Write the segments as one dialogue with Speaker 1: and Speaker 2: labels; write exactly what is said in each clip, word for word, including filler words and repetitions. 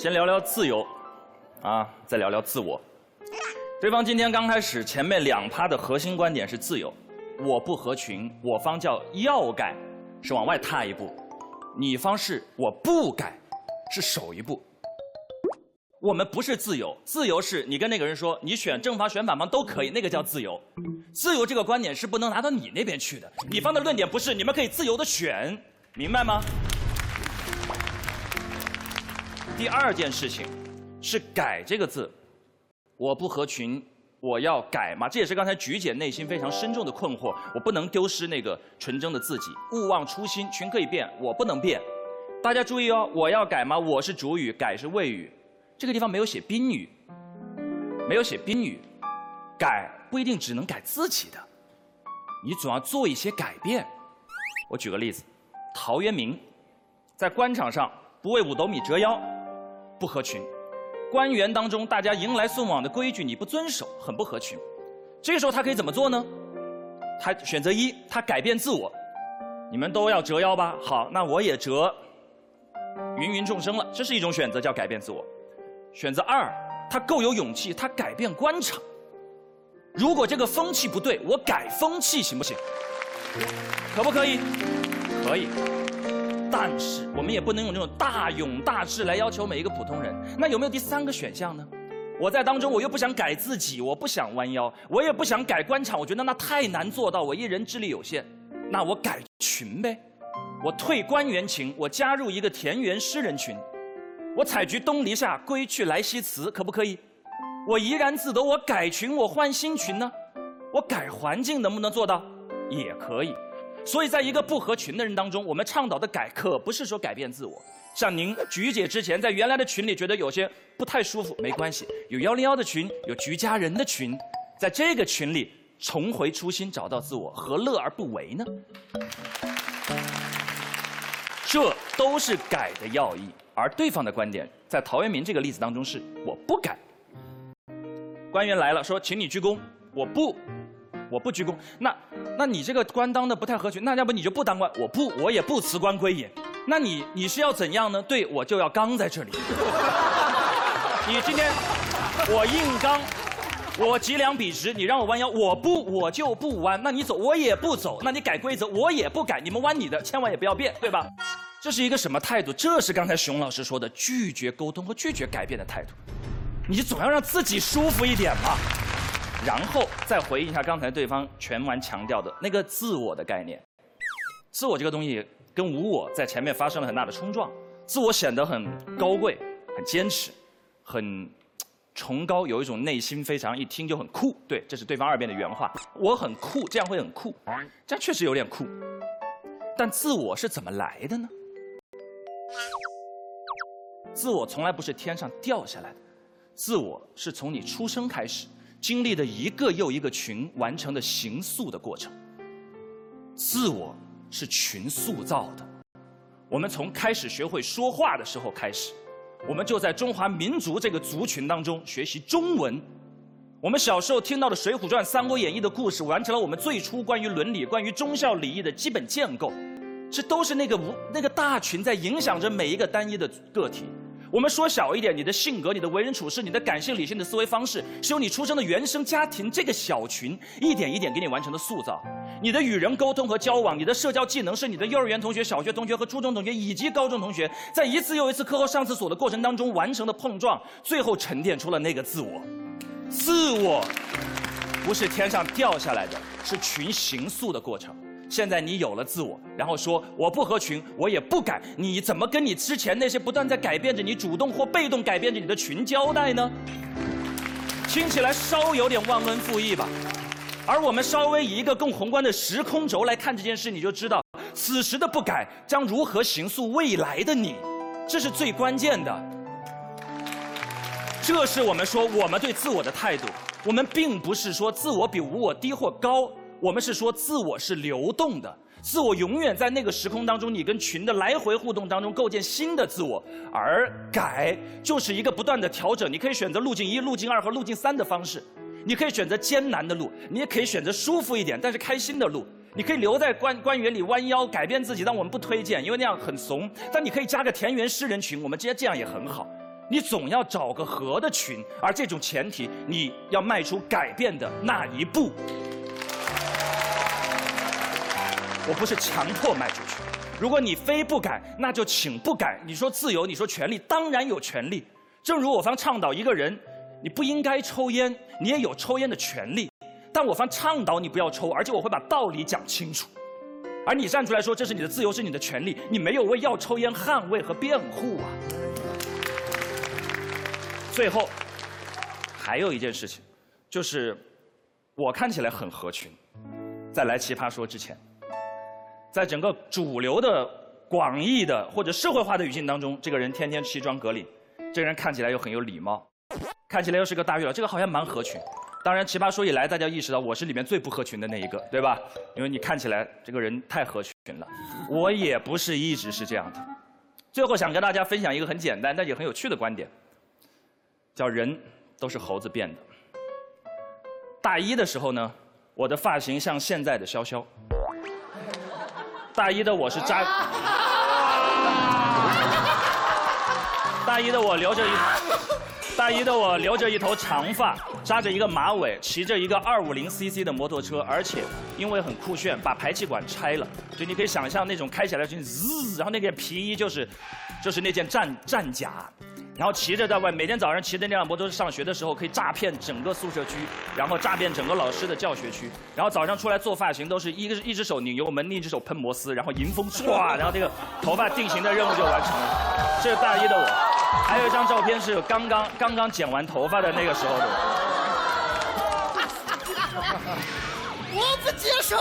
Speaker 1: 先聊聊自由，啊，再聊聊自我。对方今天刚开始前面两趴的核心观点是自由，我不合群，我方叫要改，是往外踏一步；你方是我不改，是守一步。我们不是自由，自由是你跟那个人说，你选正方选反方都可以，那个叫自由。自由这个观点是不能拿到你那边去的，你方的论点不是你们可以自由的选，明白吗？第二件事情是改这个字，我不合群，我要改嘛，这也是刚才菊姐内心非常深重的困惑。我不能丢失那个纯真的自己，勿忘初心，群可以变，我不能变。大家注意哦，我要改嘛，我是主语，改是谓语。这个地方没有写宾语，没有写宾语，改不一定只能改自己的，你总要做一些改变。我举个例子，陶渊明在官场上不为五斗米折腰，不合群；官员当中大家迎来送往的规矩你不遵守，很不合群。这个时候他可以怎么做呢？他选择一，他改变自我，你们都要折腰吧？好，那我也折，芸芸众生了，这是一种选择，叫改变自我。选择二，他够有勇气，他改变官场。如果这个风气不对，我改风气行不行？可不可以？可以。但是我们也不能用这种大勇大志来要求每一个普通人。那有没有第三个选项呢？我在当中，我又不想改自己，我不想弯腰，我也不想改官场，我觉得那太难做到，我一人智力有限，那我改群呗。我退官员情，我加入一个田园诗人群。我采菊东篱下，归去来兮辞，可不可以？我怡然自得，我改群，我换新群呢？我改环境能不能做到？也可以。所以在一个不合群的人当中，我们倡导的改可不是说改变自我。像您菊姐之前在原来的群里觉得有些不太舒服，没关系，有幺零幺的群，有菊家人的群，在这个群里重回初心，找到自我，何乐而不为呢？这都是改的要义。而对方的观点，在陶渊明这个例子当中是我不改。官员来了，说请你鞠躬，我不，我不鞠躬。那，那你这个官当的不太合群，那要不你就不当官？我不，我也不辞官归隐。那你你是要怎样呢？对，我就要刚在这里。你今天我硬刚，我脊梁笔直，你让我弯腰，我不，我就不弯。那你走，我也不走。那你改规则，我也不改。你们弯你的，千万也不要变，对吧？这是一个什么态度？这是刚才熊老师说的拒绝沟通和拒绝改变的态度。你总要让自己舒服一点嘛。然后再回应一下刚才对方全完强调的那个自我的概念。自我这个东西跟无我在前面发生了很大的冲撞。自我显得很高贵、很坚持、很崇高，有一种内心非常一听就很酷。对，这是对方二辩的原话。我很酷，这样会很酷，这样确实有点酷。但自我是怎么来的呢？自我从来不是天上掉下来的，自我是从你出生开始，经历的一个又一个群完成的形塑的过程。自我是群塑造的。我们从开始学会说话的时候开始，我们就在中华民族这个族群当中学习中文。我们小时候听到的《水浒传》《三国演义》的故事，完成了我们最初关于伦理、关于忠孝礼义的基本建构。这都是那个无那个大群在影响着每一个单一的个体。我们说小一点，你的性格、你的为人处事、你的感性理性的思维方式，是由你出生的原生家庭这个小群一点一点给你完成的塑造。你的与人沟通和交往，你的社交技能，是你的幼儿园同学、小学同学和初中同学以及高中同学在一次又一次课后上厕所的过程当中完成的碰撞，最后沉淀出了那个自我。自我不是天上掉下来的，是群形塑的过程。现在你有了自我，然后说我不合群，我也不改，你怎么跟你之前那些不断在改变着你、主动或被动改变着你的群交代呢？听起来稍有点忘恩负义吧。而我们稍微以一个更宏观的时空轴来看这件事，你就知道此时的不改将如何形塑未来的你，这是最关键的。这是我们说我们对自我的态度。我们并不是说自我比无我低或高，我们是说自我是流动的，自我永远在那个时空当中，你跟群的来回互动当中构建新的自我，而改就是一个不断的调整。你可以选择路径一、路径二和路径三的方式，你可以选择艰难的路，你也可以选择舒服一点但是开心的路。你可以留在官官园里弯腰改变自己，但我们不推荐，因为那样很怂。但你可以加个田园诗人群，我们直接这样也很好。 你总要找个合的群，而这种前提，你要迈出改变的那一步。我不是强迫迈出去，如果你非不改，那就请不改。你说自由，你说权利，当然有权利。正如我方倡导一个人，你不应该抽烟，你也有抽烟的权利。但我方倡导你不要抽，而且我会把道理讲清楚。而你站出来说这是你的自由，是你的权利，你没有为要抽烟捍卫和辩护啊。最后，还有一件事情，就是我看起来很合群，在来奇葩说之前，在整个主流的、广义的或者社会化的语境当中，这个人天天西装革领，这个人看起来又很有礼貌，看起来又是个大月老，这个好像蛮合群。当然，奇葩说以来，大家意识到我是里面最不合群的那一个，对吧？因为你看起来这个人太合群了，我也不是一直是这样的。最后想跟大家分享一个很简单但也很有趣的观点，叫人都是猴子变的。大一的时候呢，我的发型像现在的潇潇。大一的我是扎，大一的我留着一。大一的我留着一头长发，扎着一个马尾，骑着一个二五零 C C 的摩托车，而且因为很酷炫，把排气管拆了，就你可以想象那种开起来就滋，然后那件皮衣就是，就是那件战战甲，然后骑着在外，每天早上骑着那辆摩托车上学的时候，可以诈骗整个宿舍区，然后诈骗整个老师的教学区，然后早上出来做发型都是一个一只手拧油门，另一只手喷摩丝，然后迎风唰，然后这个头发定型的任务就完成了。这是大一的我。还有一张照片是刚刚刚刚剪完头发的那个时候的我。
Speaker 2: 我不接受。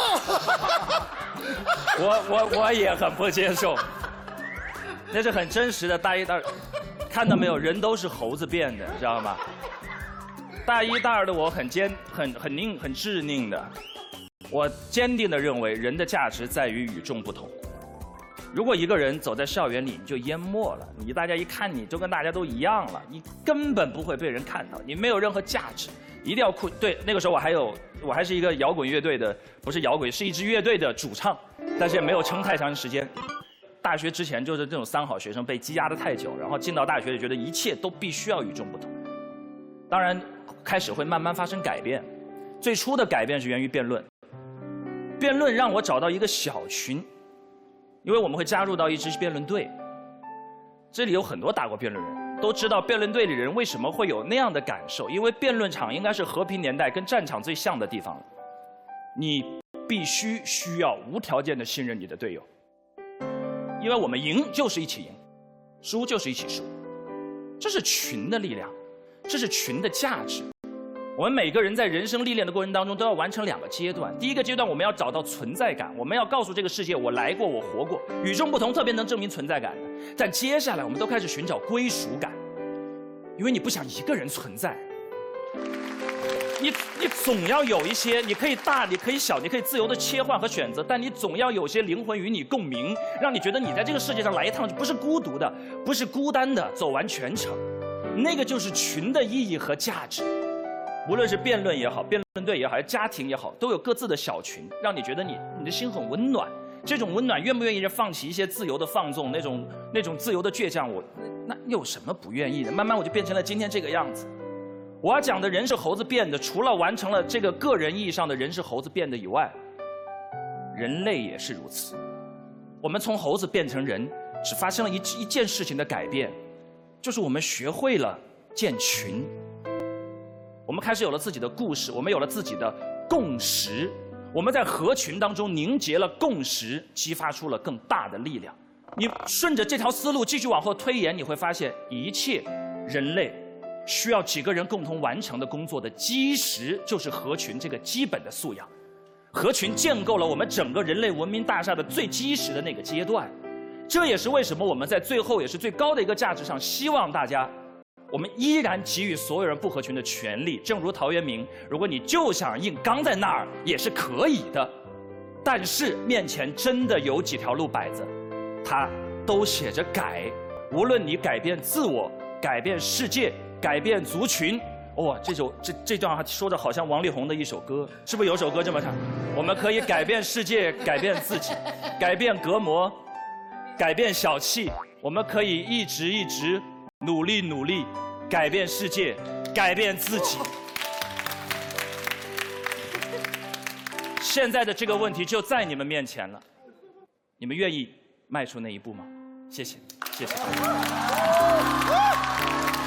Speaker 1: 我我我也很不接受。那是很真实的大一大二，看到没有？人都是猴子变的，你知道吗？大一大二的我很坚很很拧很稚拧的，我坚定的认为人的价值在于与众不同。如果一个人走在校园里，你就淹没了，你大家一看你就跟大家都一样了，你根本不会被人看到，你没有任何价值，一定要酷。对，那个时候我还有，我还是一个摇滚乐队的，不是摇滚，是一支乐队的主唱，但是也没有撑太长时间。大学之前就是这种三好学生，被积压得太久，然后进到大学里觉得一切都必须要与众不同。当然，开始会慢慢发生改变，最初的改变是源于辩论，辩论让我找到一个小群。因为我们会加入到一支辩论队，这里有很多打过辩论人，都知道辩论队里人为什么会有那样的感受。因为辩论场应该是和平年代跟战场最像的地方了，你必须需要无条件的信任你的队友，因为我们赢就是一起赢，输就是一起输，这是群的力量，这是群的价值。我们每个人在人生历练的过程当中都要完成两个阶段。第一个阶段，我们要找到存在感，我们要告诉这个世界我来过，我活过，与众不同特别能证明存在感的。但接下来我们都开始寻找归属感，因为你不想一个人存在，你你总要有一些，你可以大，你可以小，你可以自由的切换和选择，但你总要有些灵魂与你共鸣，让你觉得你在这个世界上来一趟不是孤独的，不是孤单的，走完全程，那个就是群的意义和价值。无论是辩论也好，辩论队也好，还是家庭也好，都有各自的小群，让你觉得你你的心很温暖。这种温暖，愿不愿意人放弃一些自由的放纵，那种那种自由的倔强，我那有什么不愿意的？慢慢我就变成了今天这个样子。我要讲的人是猴子变的，除了完成了这个个人意义上的人是猴子变的以外，人类也是如此。我们从猴子变成人，只发生了一一件事情的改变，就是我们学会了建群。我们开始有了自己的故事，我们有了自己的共识，我们在合群当中凝结了共识，激发出了更大的力量。你顺着这条思路继续往后推演，你会发现一切人类需要几个人共同完成的工作的基石就是合群这个基本的素养。合群建构了我们整个人类文明大厦的最基石的那个阶段。这也是为什么我们在最后也是最高的一个价值上，希望大家我们依然给予所有人不合群的权利。正如陶渊明，如果你就想硬刚在那儿也是可以的，但是面前真的有几条路摆着，它都写着改。无论你改变自我，改变世界，改变族群。哇、哦，这首这这段话说的好像王力宏的一首歌，是不是有首歌这么唱？我们可以改变世界，改变自己，改变隔膜，改变小气。我们可以一直一直努力努力，改变世界，改变自己。现在的这个问题就在你们面前了，你们愿意迈出那一步吗？谢谢，谢谢。